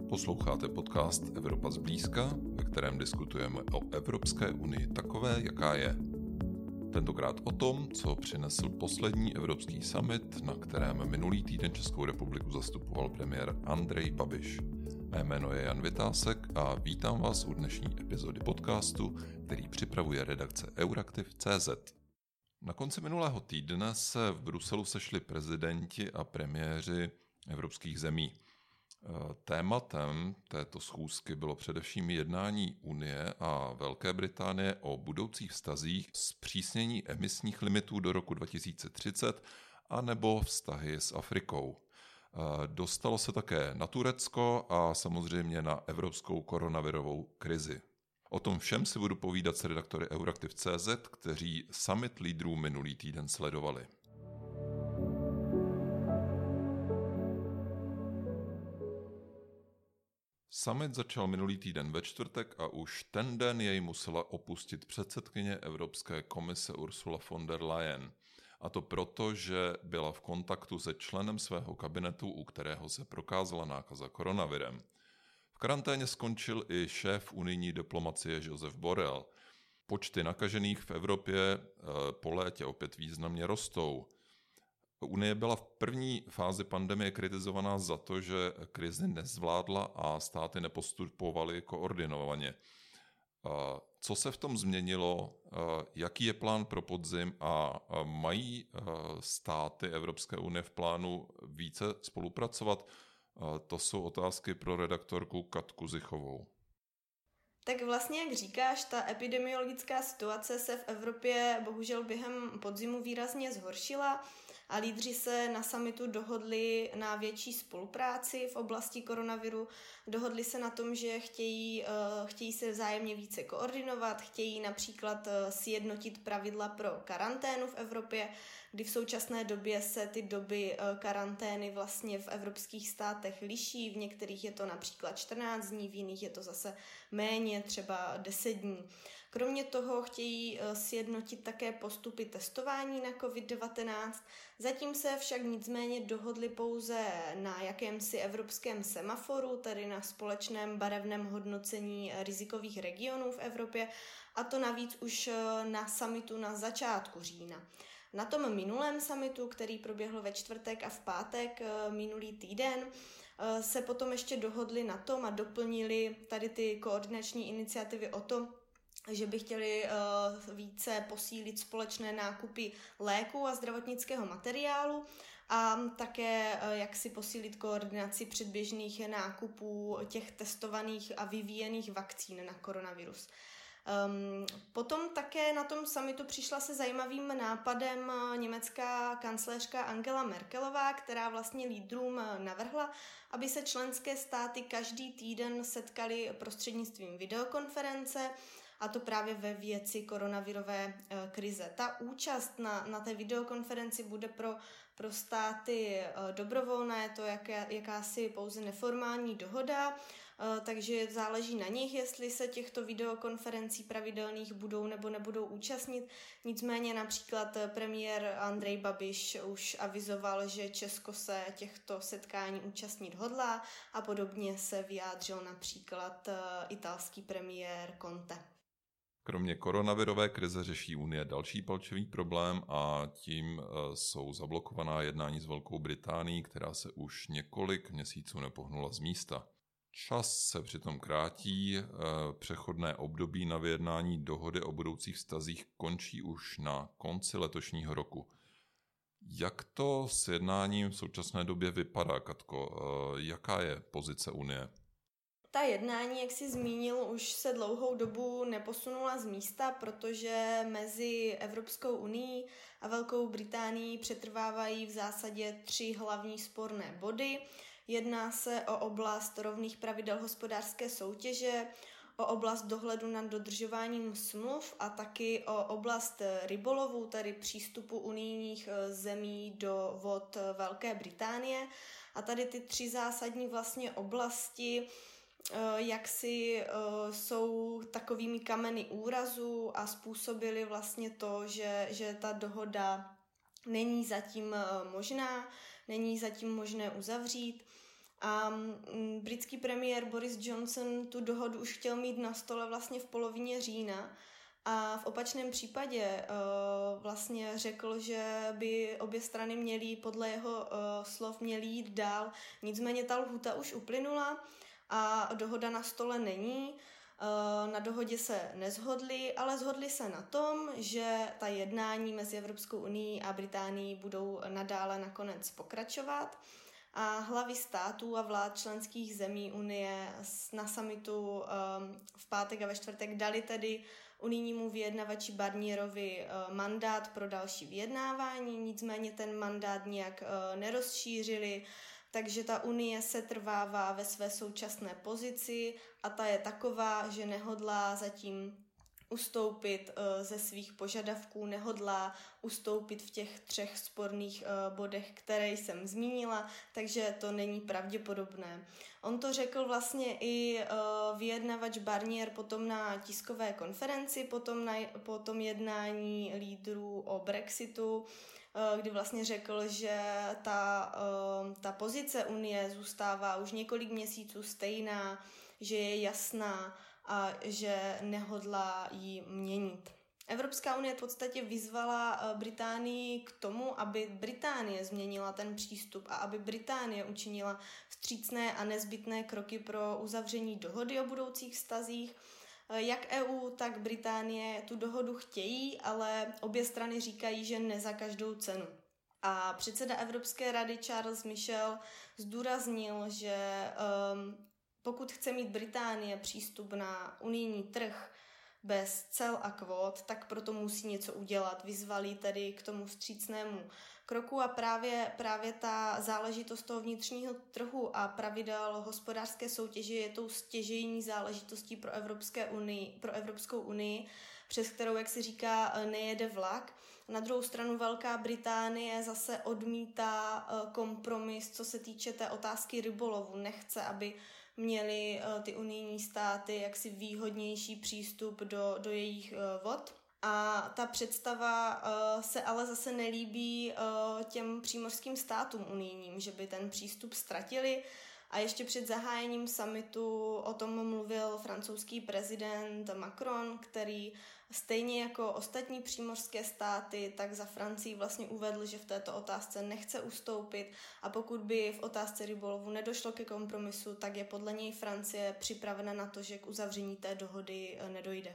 Posloucháte podcast Evropa zblízka, ve kterém diskutujeme o Evropské unii takové, jaká je. Tentokrát o tom, co přinesl poslední evropský summit, na kterém minulý týden Českou republiku zastupoval premiér Andrej Babiš. Mé jméno je Jan Vytásek a vítám vás u dnešní epizody podcastu, který připravuje redakce Euraktiv.cz. Na konci minulého týdne se v Bruselu sešli prezidenti a premiéři evropských zemí. Tématem této schůzky bylo především jednání Unie a Velké Británie o budoucích vztazích, zpřísnění emisních limitů do roku 2030 a nebo vztahy s Afrikou. Dostalo se také na Turecko a samozřejmě na evropskou koronavirovou krizi. O tom všem si budu povídat s redaktory Euraktiv.cz, kteří summit lídrů minulý týden sledovali. Summit začal minulý týden ve čtvrtek a už ten den jej musela opustit předsedkyně Evropské komise Ursula von der Leyen. A to proto, že byla v kontaktu se členem svého kabinetu, u kterého se prokázala nákaza koronavirem. V karanténě skončil i šéf unijní diplomacie Josep Borrell. Počty nakažených v Evropě po létě opět významně rostou. Unie byla v první fázi pandemie kritizovaná za to, že krizi nezvládla a státy nepostupovaly koordinovaně. Co se v tom změnilo, jaký je plán pro podzim a mají státy Evropské unie v plánu více spolupracovat? To jsou otázky pro redaktorku Katku Zichovou. Tak vlastně, jak říkáš, ta epidemiologická situace se v Evropě bohužel během podzimu výrazně zhoršila a lídři se na summitu dohodli na větší spolupráci v oblasti koronaviru. Dohodli se na tom, že chtějí se vzájemně více koordinovat, chtějí například sjednotit pravidla pro karanténu v Evropě, kdy v současné době se ty doby karantény vlastně v evropských státech liší. V některých je to například 14 dní, v jiných je to zase méně, třeba 10 dní. Kromě toho chtějí sjednotit také postupy testování na COVID-19. Zatím se však nicméně dohodli pouze na jakémsi evropském semaforu, tedy na společném barevném hodnocení rizikových regionů v Evropě, a to navíc už na summitu na začátku října. Na tom minulém summitu, který proběhl ve čtvrtek a v pátek minulý týden, se potom ještě dohodli na tom a doplnili tady ty koordinační iniciativy o to, že by chtěli více posílit společné nákupy léků a zdravotnického materiálu a také jak si posílit koordinaci předběžných nákupů těch testovaných a vyvíjených vakcín na koronavirus. Potom také na tom summitu přišla se zajímavým nápadem německá kancléřka Angela Merkelová, která vlastně lídrům navrhla, aby se členské státy každý týden setkaly prostřednictvím videokonference, a to právě ve věci koronavirové krize. Ta účast na té videokonferenci bude pro státy dobrovolná, je to jakási pouze neformální dohoda, takže záleží na nich, jestli se těchto videokonferencí pravidelných budou nebo nebudou účastnit. Nicméně například premiér Andrej Babiš už avizoval, že Česko se těchto setkání účastnit hodlá a podobně se vyjádřil například italský premiér Conte. Kromě koronavirové krize řeší Unie další palčivý problém a tím jsou zablokovaná jednání s Velkou Británií, která se už několik měsíců nepohnula z místa. Čas se přitom krátí, přechodné období na vyjednání dohody o budoucích vztazích končí už na konci letošního roku. Jak to s jednáním v současné době vypadá, Katko? Jaká je pozice Unie? Ta jednání, jak jsi zmínil, už se dlouhou dobu neposunula z místa, protože mezi Evropskou unií a Velkou Británií přetrvávají v zásadě 3 hlavní sporné body. Jedná se o oblast rovných pravidel hospodářské soutěže, o oblast dohledu nad dodržováním smluv a taky o oblast rybolovu, tedy přístupu unijních zemí do vod Velké Británie. A tady ty 3 zásadní vlastně oblasti jsou takovými kameny úrazu a způsobily vlastně to, že ta dohoda není zatím možná, není zatím možné uzavřít. A britský premiér Boris Johnson tu dohodu už chtěl mít na stole vlastně v polovině října a v opačném případě vlastně řekl, že by obě strany měly podle jeho slov měly jít dál. Nicméně ta lhůta už uplynula a dohoda na stole není. Na dohodě se neshodli, ale shodli se na tom, že ta jednání mezi Evropskou unií a Británií budou nadále nakonec pokračovat. A hlavy států a vlád členských zemí Unie na summitu v pátek a ve čtvrtek dali tedy unijnímu vyjednavači Barnierovi mandát pro další vyjednávání, nicméně ten mandát nějak nerozšířili, takže ta Unie se trvává ve své současné pozici a ta je taková, že nehodlá zatím ustoupit ze svých požadavků, nehodlá ustoupit v těch 3 sporných bodech, které jsem zmínila, takže to není pravděpodobné. On to řekl vlastně i vyjednavač Barnier potom na tiskové konferenci, po tom jednání lídrů o Brexitu, kdy vlastně řekl, že ta pozice Unie zůstává už několik měsíců stejná, že je jasná a že nehodlá ji měnit. Evropská unie v podstatě vyzvala Británii k tomu, aby Británie změnila ten přístup a aby Británie učinila vstřícné a nezbytné kroky pro uzavření dohody o budoucích vztazích. Jak EU, tak Británie tu dohodu chtějí, ale obě strany říkají, že ne za každou cenu. A předseda Evropské rady Charles Michel zdůraznil, že pokud chce mít Británie přístup na unijní trh bez cel a kvót, tak proto musí něco udělat. Vyzvali tedy k tomu vstřícnému kroku a právě ta záležitost toho vnitřního trhu a pravidel hospodářské soutěže je tou stěžejní záležitostí pro Evropskou unii, přes kterou, jak se říká, nejede vlak. Na druhou stranu Velká Británie zase odmítá kompromis, co se týče té otázky rybolovu. Nechce, aby měly ty unijní státy jaksi výhodnější přístup do jejich vod. A ta představa se ale zase nelíbí těm přímořským státům unijním, že by ten přístup ztratili. A ještě před zahájením summitu o tom mluvil francouzský prezident Macron, který stejně jako ostatní přímořské státy, tak za Francii vlastně uvedl, že v této otázce nechce ustoupit a pokud by v otázce rybolovu nedošlo ke kompromisu, tak je podle něj Francie připravena na to, že k uzavření té dohody nedojde.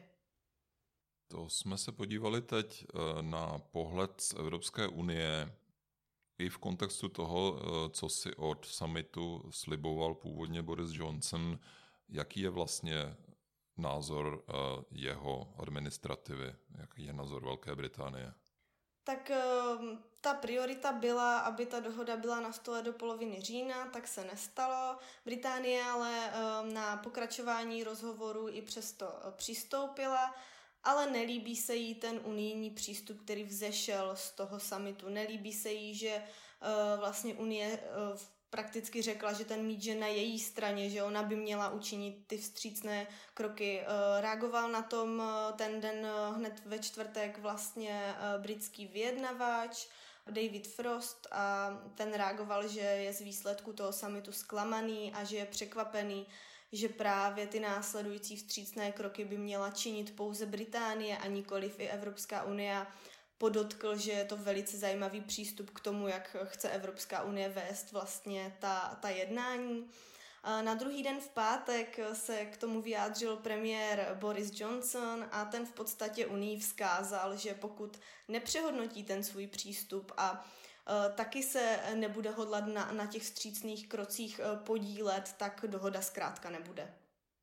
To jsme se podívali teď na pohled z Evropské unie i v kontextu toho, co si od summitu sliboval původně Boris Johnson. Jaký je vlastně názor jeho administrativy? Jaký je názor Velké Británie? Tak ta priorita byla, aby ta dohoda byla na stole do poloviny října, tak se nestalo. Británie ale na pokračování rozhovoru i přesto přistoupila, ale nelíbí se jí ten unijní přístup, který vzešel z toho summitu. Nelíbí se jí, že vlastně Unie prakticky řekla, že ten míč je na její straně, že ona by měla učinit ty vstřícné kroky. Reagoval na tom ten den hned ve čtvrtek vlastně britský vyjednavač David Frost a ten reagoval, že je z výsledku toho summitu zklamaný a že je překvapený, že právě ty následující vstřícné kroky by měla činit pouze Británie a nikoliv i Evropská unie. Podotkl, že je to velice zajímavý přístup k tomu, jak chce Evropská unie vést vlastně ta jednání. Na druhý den v pátek se k tomu vyjádřil premiér Boris Johnson a ten v podstatě Unii vzkázal, že pokud nepřehodnotí ten svůj přístup a taky se nebude hodlat na těch vstřícných krocích podílet, tak dohoda zkrátka nebude.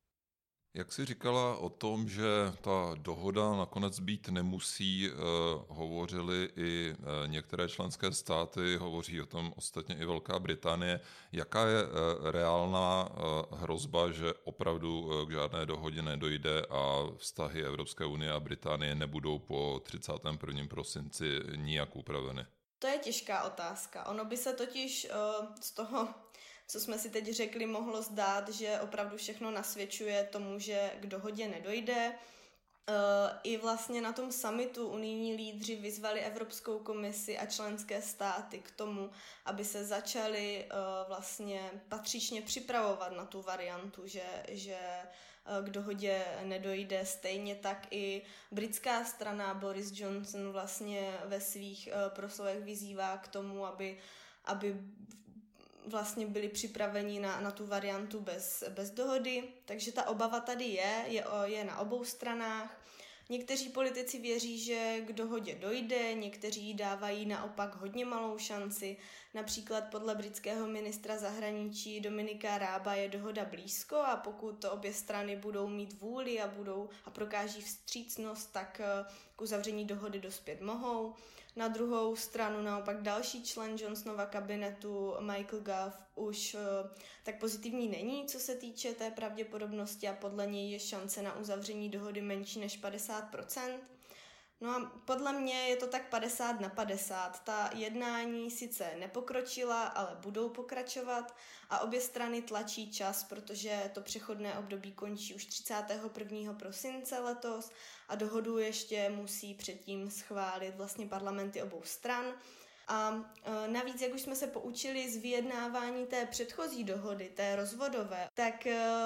Jak jsi říkala o tom, že ta dohoda nakonec být nemusí, hovořily i některé členské státy, hovoří o tom ostatně i Velká Británie. Jaká je reálná hrozba, že opravdu k žádné dohodě nedojde a vztahy Evropské unie a Británie nebudou po 31. prosinci nijak upraveny? To je těžká otázka. Ono by se totiž z toho, co jsme si teď řekli, mohlo zdát, že opravdu všechno nasvědčuje tomu, že k dohodě nedojde. I vlastně na tom summitu unijní lídři vyzvali Evropskou komisi a členské státy k tomu, aby se začali vlastně patřičně připravovat na tu variantu, že k dohodě nedojde. Stejně tak i britská strana Boris Johnson vlastně ve svých proslovech vyzývá k tomu, aby vlastně byli připraveni na tu variantu bez dohody. Takže ta obava tady je na obou stranách. Někteří politici věří, že k dohodě dojde, někteří dávají naopak hodně malou šanci. Například podle britského ministra zahraničí Dominika Rába je dohoda blízko a pokud obě strany budou mít vůli a prokáží vstřícnost, tak k uzavření dohody dospět mohou. Na druhou stranu naopak další člen Johnsonova kabinetu Michael Gove už tak pozitivní není, co se týče té pravděpodobnosti a podle něj je šance na uzavření dohody menší než 50%. No a podle mě je to tak 50/50. Ta jednání sice nepokročila, ale budou pokračovat a obě strany tlačí čas, protože to přechodné období končí už 31. prosince letos a dohodu ještě musí předtím schválit vlastně parlamenty obou stran. A navíc, jak už jsme se poučili z vyjednávání té předchozí dohody, té rozvodové, tak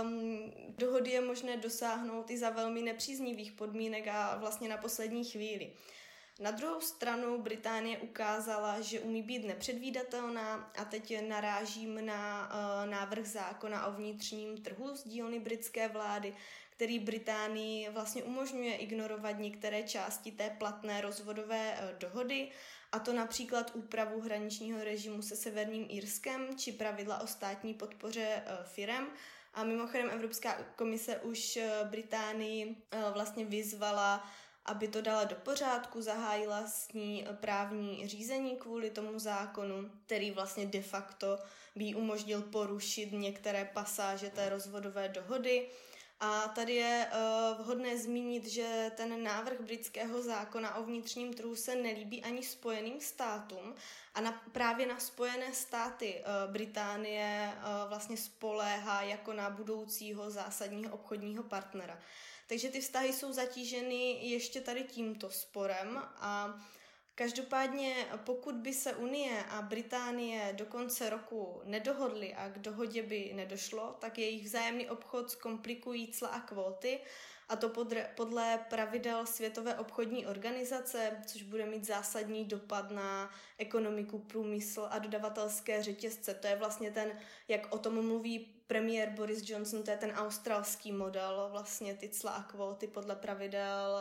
dohody je možné dosáhnout i za velmi nepříznivých podmínek a vlastně na poslední chvíli. Na druhou stranu Británie ukázala, že umí být nepředvídatelná a teď narážím na návrh zákona o vnitřním trhu z dílny britské vlády, který Británii vlastně umožňuje ignorovat některé části té platné rozvodové dohody, a to například úpravu hraničního režimu se Severním Irskem či pravidla o státní podpoře firem. A mimochodem Evropská komise už Británii vlastně vyzvala, aby to dala do pořádku, zahájila s ní právní řízení kvůli tomu zákonu, který vlastně de facto by umožnil porušit některé pasáže té rozvodové dohody. A tady je vhodné zmínit, že ten návrh britského zákona o vnitřním trhu se nelíbí ani Spojeným státům a právě na Spojené státy Británie vlastně spoléhá jako na budoucího zásadního obchodního partnera. Takže ty vztahy jsou zatíženy ještě tady tímto sporem a každopádně pokud by se Unie a Británie do konce roku nedohodly a k dohodě by nedošlo, tak jejich vzájemný obchod zkomplikují cla a kvóty a to podle pravidel Světové obchodní organizace, což bude mít zásadní dopad na ekonomiku, průmysl a dodavatelské řetězce. To je vlastně ten, jak o tom mluví premiér Boris Johnson, to je ten australský model, vlastně ty cla a kvóty podle pravidel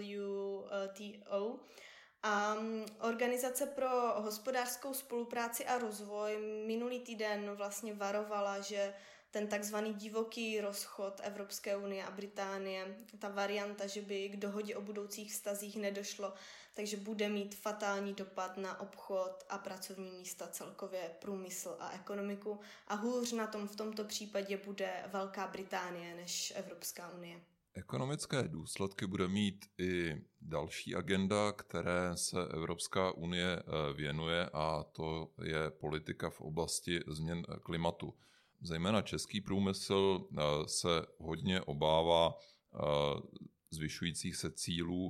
WTO. A Organizace pro hospodářskou spolupráci a rozvoj minulý týden vlastně varovala, že ten takzvaný divoký rozchod Evropské unie a Británie, ta varianta, že by k dohodě o budoucích vztazích nedošlo, takže bude mít fatální dopad na obchod a pracovní místa, celkově průmysl a ekonomiku. A hůř na tom v tomto případě bude Velká Británie než Evropská unie. Ekonomické důsledky bude mít i další agenda, které se Evropská unie věnuje, a to je politika v oblasti změn klimatu. Zejména český průmysl se hodně obává zvyšujících se cílů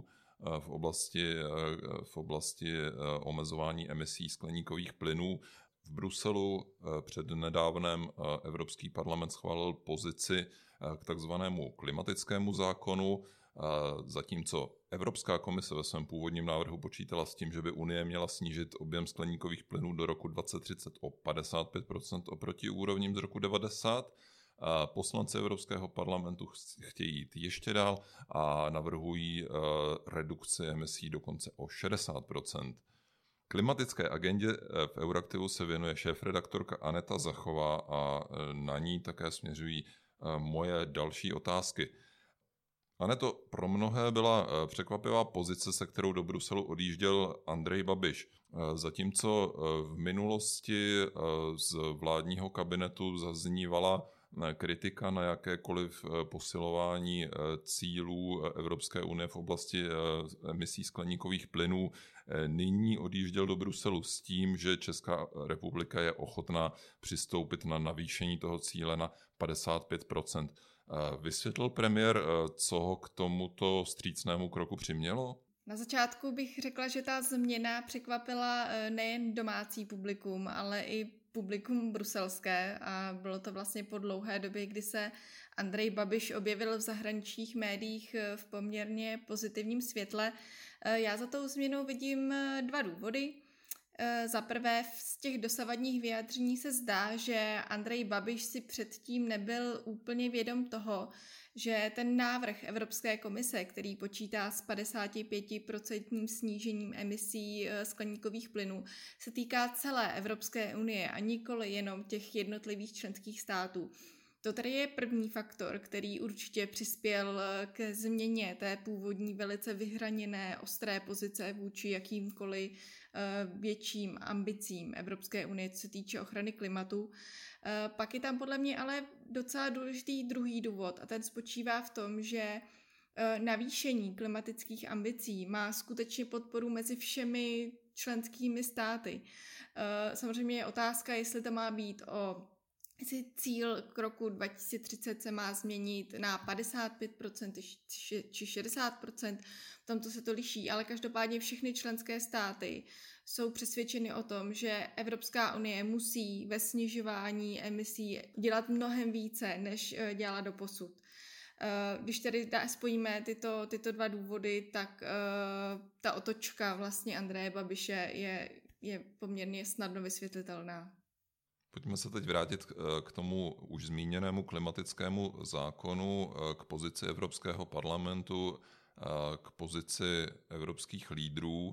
v oblasti omezování emisí skleníkových plynů. V Bruselu přednedávnem Evropský parlament schválil pozici k takzvanému klimatickému zákonu, zatímco Evropská komise ve svém původním návrhu počítala s tím, že by Unie měla snížit objem skleníkových plynů do roku 2030 o 55% oproti úrovním z roku 90. Poslanci Evropského parlamentu chtějí jít ještě dál a navrhují redukci emisí dokonce o 60%. Klimatické agendě v Euraktivu se věnuje šéfredaktorka Aneta Zachová a na ní také směřují moje další otázky. Aneto, pro mnohé byla překvapivá pozice, se kterou do Bruselu odjížděl Andrej Babiš. Zatímco v minulosti z vládního kabinetu zaznívala kritika na jakékoliv posilování cílů Evropské unie v oblasti emisí skleníkových plynů, nyní odjížděl do Bruselu s tím, že Česká republika je ochotná přistoupit na navýšení toho cíle na 55%. Vysvětlil premiér, co ho k tomuto vstřícnému kroku přimělo? Na začátku bych řekla, že ta změna překvapila nejen domácí publikum, ale i publikum bruselské a bylo to vlastně po dlouhé době, kdy se Andrej Babiš objevil v zahraničních médiích v poměrně pozitivním světle. Já za tou změnou vidím dva důvody. Za prvé, z těch dosavadních vyjádření se zdá, že Andrej Babiš si předtím nebyl úplně vědom toho, že ten návrh Evropské komise, který počítá s 55% snížením emisí skleníkových plynů, se týká celé Evropské unie a nikoli jenom těch jednotlivých členských států. To tady je první faktor, který určitě přispěl ke změně té původní velice vyhraněné ostré pozice vůči jakýmkoliv větším ambicím Evropské unie, co se týče ochrany klimatu. Pak je tam podle mě ale docela důležitý druhý důvod a ten spočívá v tom, že navýšení klimatických ambicí má skutečně podporu mezi všemi členskými státy. Samozřejmě je otázka, jestli to má být jestli cíl k roku 2030 se má změnit na 55% či 60%, v tomto se to liší, ale každopádně všechny členské státy jsou přesvědčeny o tom, že Evropská unie musí ve snižování emisí dělat mnohem více, než dělala doposud. Když tedy spojíme tyto dva důvody, tak ta otočka vlastně Andreje Babiše je poměrně snadno vysvětlitelná. Pojďme se teď vrátit k tomu už zmíněnému klimatickému zákonu, k pozici Evropského parlamentu, k pozici evropských lídrů.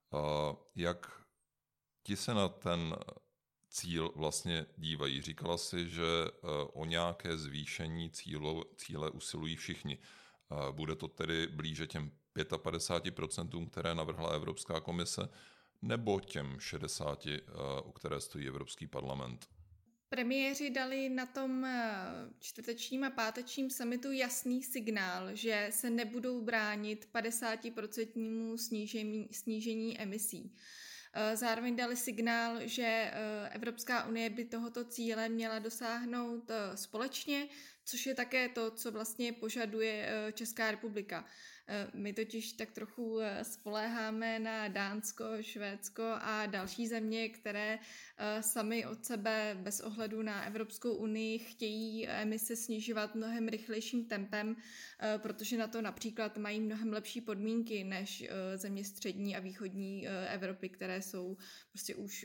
Jak ti se na ten cíl vlastně dívají? Říkala si, že o nějaké zvýšení cíle usilují všichni. Bude to tedy blíže těm 55%, které navrhla Evropská komise, nebo těm 60%, o které stojí Evropský parlament? Premiéři dali na tom čtvrtečním a pátečním summitu jasný signál, že se nebudou bránit 50% snížení emisí. Zároveň dali signál, že Evropská unie by tohoto cíle měla dosáhnout společně, což je také to, co vlastně požaduje Česká republika. My totiž tak trochu spoléháme na Dánsko, Švédsko a další země, které sami od sebe bez ohledu na Evropskou unii chtějí emise snižovat mnohem rychlejším tempem, protože na to například mají mnohem lepší podmínky než země střední a východní Evropy, které jsou prostě už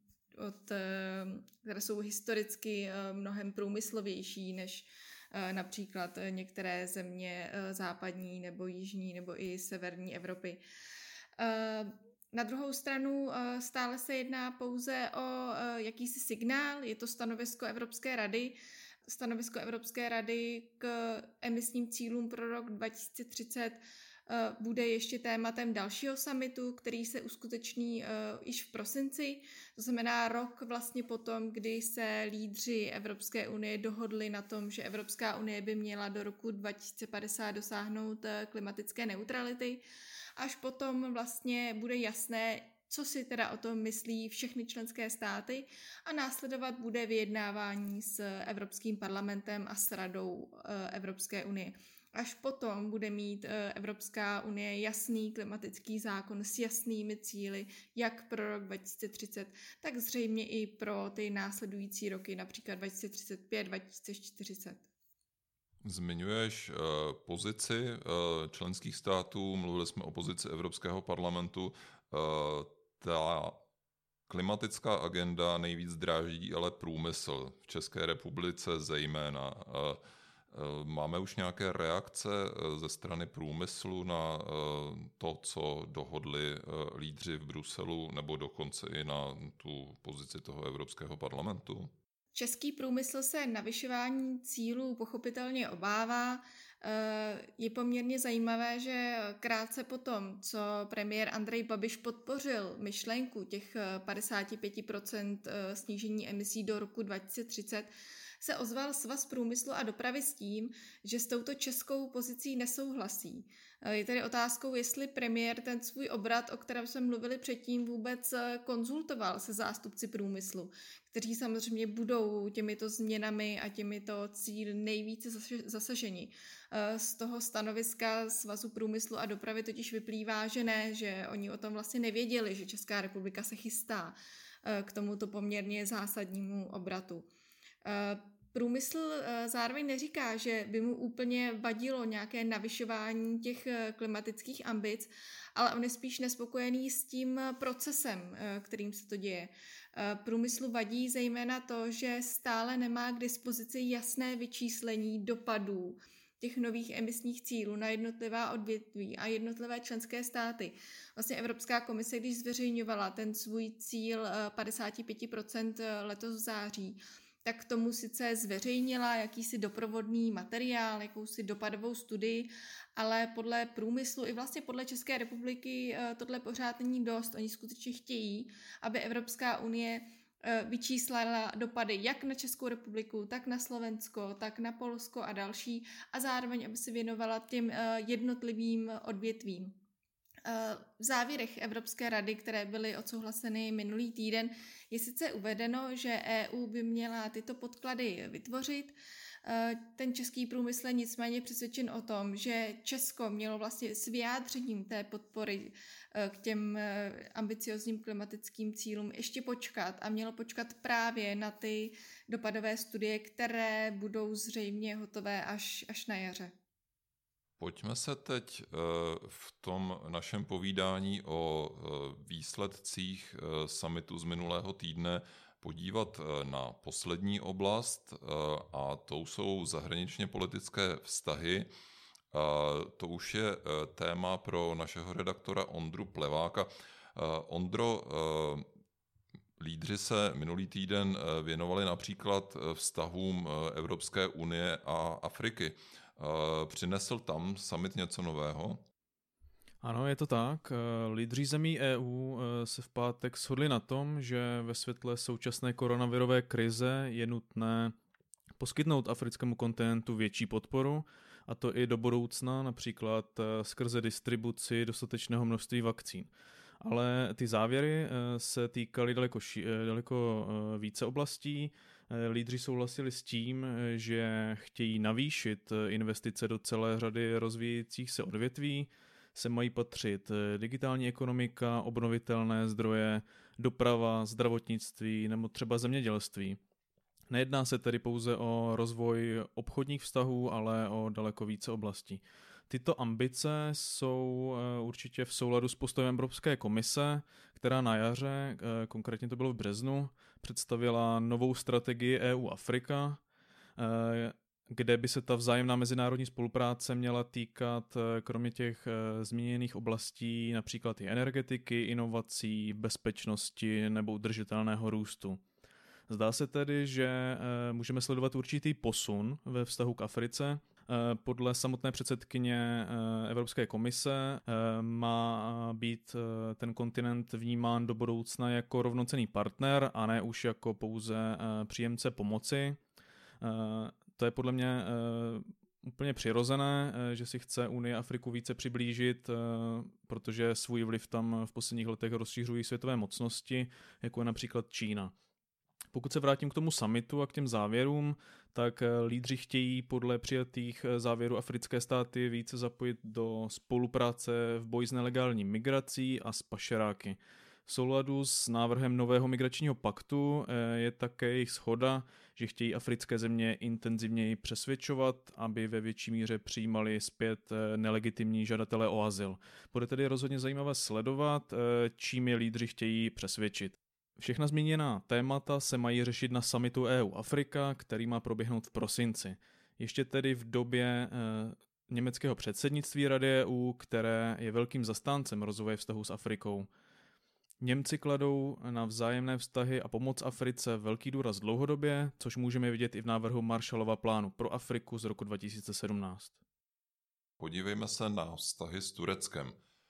které jsou historicky mnohem průmyslovější než například některé země západní nebo jižní nebo i severní Evropy. Na druhou stranu stále se jedná pouze o jakýsi signál, je to stanovisko Evropské rady. Stanovisko Evropské rady k emisním cílům pro rok 2030 bude ještě tématem dalšího summitu, který se uskuteční již v prosinci. To znamená rok vlastně potom, kdy se lídři Evropské unie dohodli na tom, že Evropská unie by měla do roku 2050 dosáhnout klimatické neutrality. Až potom vlastně bude jasné, co si teda o tom myslí všechny členské státy a následovat bude vyjednávání s Evropským parlamentem a s Radou Evropské unie. Až potom bude mít Evropská unie jasný klimatický zákon s jasnými cíli, jak pro rok 2030, tak zřejmě i pro ty následující roky, například 2035, 2040. Zmiňuješ pozici členských států, mluvili jsme o pozici Evropského parlamentu. Ta klimatická agenda nejvíc dráždí ale průmysl, v České republice zejména. Máme už nějaké reakce ze strany průmyslu na to, co dohodli lídři v Bruselu, nebo dokonce i na tu pozici toho Evropského parlamentu? Český průmysl se navyšování cílů pochopitelně obává. Je poměrně zajímavé, že krátce potom, co premiér Andrej Babiš podpořil myšlenku těch 55% snížení emisí do roku 2030, se ozval Svaz průmyslu a dopravy s tím, že s touto českou pozicí nesouhlasí. Je tedy otázkou, jestli premiér ten svůj obrat, o kterém jsme mluvili předtím, vůbec konzultoval se zástupci průmyslu, kteří samozřejmě budou těmito změnami a těmito cíli nejvíce zasaženi. Z toho stanoviska Svazu průmyslu a dopravy totiž vyplývá, že ne, že oni o tom vlastně nevěděli, že Česká republika se chystá k tomuto poměrně zásadnímu obratu. Průmysl zároveň neříká, že by mu úplně vadilo nějaké navyšování těch klimatických ambic, ale on je spíš nespokojený s tím procesem, kterým se to děje. Průmyslu vadí zejména to, že stále nemá k dispozici jasné vyčíslení dopadů těch nových emisních cílů na jednotlivá odvětví a jednotlivé členské státy. Vlastně Evropská komise, když zveřejňovala ten svůj cíl 55% letos v září, tak k tomu sice zveřejnila jakýsi doprovodný materiál, jakousi dopadovou studii, ale podle průmyslu i vlastně podle České republiky tohle pořád není dost. Oni skutečně chtějí, aby Evropská unie vyčíslila dopady jak na Českou republiku, tak na Slovensko, tak na Polsko a další a zároveň, aby se věnovala těm jednotlivým odvětvím. V závěrech Evropské rady, které byly odsouhlaseny minulý týden, je sice uvedeno, že EU by měla tyto podklady vytvořit. Ten český průmysl je nicméně přesvědčen o tom, že Česko mělo vlastně s vyjádřením té podpory k těm ambiciozním klimatickým cílům ještě počkat a mělo počkat právě na ty dopadové studie, které budou zřejmě hotové až na jaře. Pojďme se teď v tom našem povídání o výsledcích summitu z minulého týdne podívat na poslední oblast a to jsou zahraničně politické vztahy. To už je téma pro našeho redaktora Ondru Pleváka. Ondro, lídři se minulý týden věnovali například vztahům Evropské unie a Afriky. Přinesl tam summit něco nového? Ano, je to tak. Lídři zemí EU se v pátek shodli na tom, že ve světle současné koronavirové krize je nutné poskytnout africkému kontinentu větší podporu, a to i do budoucna, například skrze distribuci dostatečného množství vakcín. Ale ty závěry se týkaly daleko více oblastí. Lídři souhlasili s tím, že chtějí navýšit investice do celé řady rozvíjejících se odvětví. Se mají patřit digitální ekonomika, obnovitelné zdroje, doprava, zdravotnictví nebo třeba zemědělství. Nejedná se tedy pouze o rozvoj obchodních vztahů, ale o daleko více oblastí. Tyto ambice jsou určitě v souladu s postojem Evropské komise, která na jaře, konkrétně to bylo v březnu, představila novou strategii EU-Afrika, kde by se ta vzájemná mezinárodní spolupráce měla týkat kromě těch zmíněných oblastí například i energetiky, inovací, bezpečnosti nebo udržitelného růstu. Zdá se tedy, že můžeme sledovat určitý posun ve vztahu k Africe. Podle samotné předsedkyně Evropské komise má být ten kontinent vnímán do budoucna jako rovnocenný partner a ne už jako pouze příjemce pomoci. To je podle mě úplně přirozené, že si chce Unie Afriku více přiblížit, protože svůj vliv tam v posledních letech rozšířují světové mocnosti, jako je například Čína. Pokud se vrátím k tomu summitu a k těm závěrům, tak lídři chtějí podle přijatých závěrů africké státy více zapojit do spolupráce v boji s nelegální migrací a s pašeráky. V souladu s návrhem nového migračního paktu je také jejich shoda, že chtějí africké země intenzivněji přesvědčovat, aby ve větší míře přijímali zpět nelegitimní žadatele o azyl. Bude tedy rozhodně zajímavé sledovat, čím je lídři chtějí přesvědčit. Všechna zmíněná témata se mají řešit na summitu EU-Afrika, který má proběhnout v prosinci. Ještě tedy v době německého předsednictví Rady EU, které je velkým zastáncem rozvoje vztahu s Afrikou. Němci kladou na vzájemné vztahy a pomoc Africe velký důraz dlouhodobě, což můžeme vidět i v návrhu Marshallova plánu pro Afriku z roku 2017. Podívejme se na vztahy s Tureckem.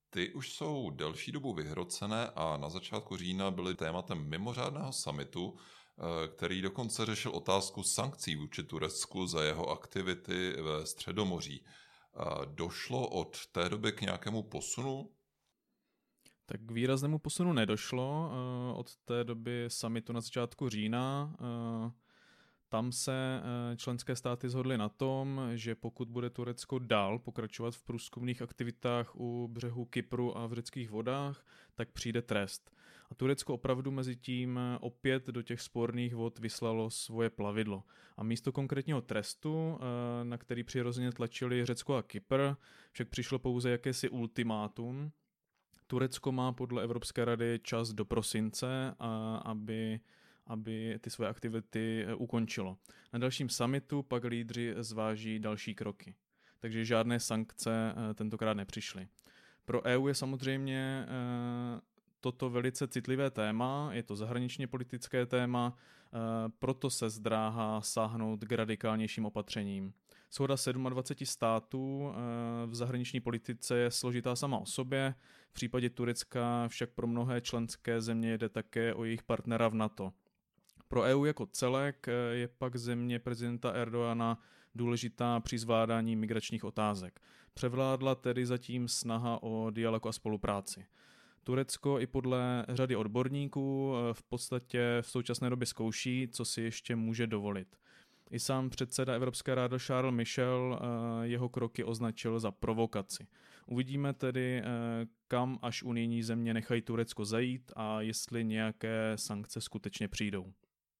Ty už jsou delší dobu vyhrocené a na začátku října byly tématem mimořádného summitu, který dokonce řešil otázku sankcí vůči Turecku za jeho aktivity ve Středomoří. Došlo od té doby k nějakému posunu? Tak k výraznému posunu nedošlo od té doby summitu na začátku října. Tam se členské státy shodly na tom, že pokud bude Turecko dál pokračovat v průzkumných aktivitách u břehu Kypru a v řeckých vodách, tak přijde trest. A Turecko opravdu mezi tím opět do těch sporných vod vyslalo svoje plavidlo. A místo konkrétního trestu, na který přirozeně tlačili Řecko a Kypr, však přišlo pouze jakési ultimátum. Turecko má podle Evropské rady čas do prosince, aby ty své aktivity ukončilo. Na dalším summitu pak lídři zváží další kroky. Takže žádné sankce tentokrát nepřišly. Pro EU je samozřejmě toto velice citlivé téma, je to zahraničně politické téma, proto se zdráhá sáhnout k radikálnějším opatřením. Shoda 27 států v zahraniční politice je složitá sama o sobě, v případě Turecka však pro mnohé členské země jde také o jejich partnera v NATO. Pro EU jako celek je pak země prezidenta Erdogana důležitá při zvládání migračních otázek. Převládla tedy zatím snaha o dialog a spolupráci. Turecko i podle řady odborníků v podstatě v současné době zkouší, co si ještě může dovolit. I sám předseda Evropské rady Charles Michel jeho kroky označil za provokaci. Uvidíme tedy, kam až unijní země nechají Turecko zajít a jestli nějaké sankce skutečně přijdou.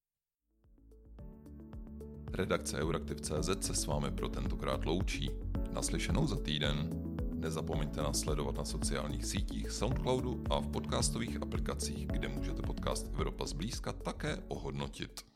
Redakce Euraktiv.cz se s vámi pro tentokrát loučí. Naslyšenou za týden. Nezapomeňte nás sledovat na sociálních sítích, Soundcloudu a v podcastových aplikacích, kde můžete podcast Evropa zblízka také ohodnotit.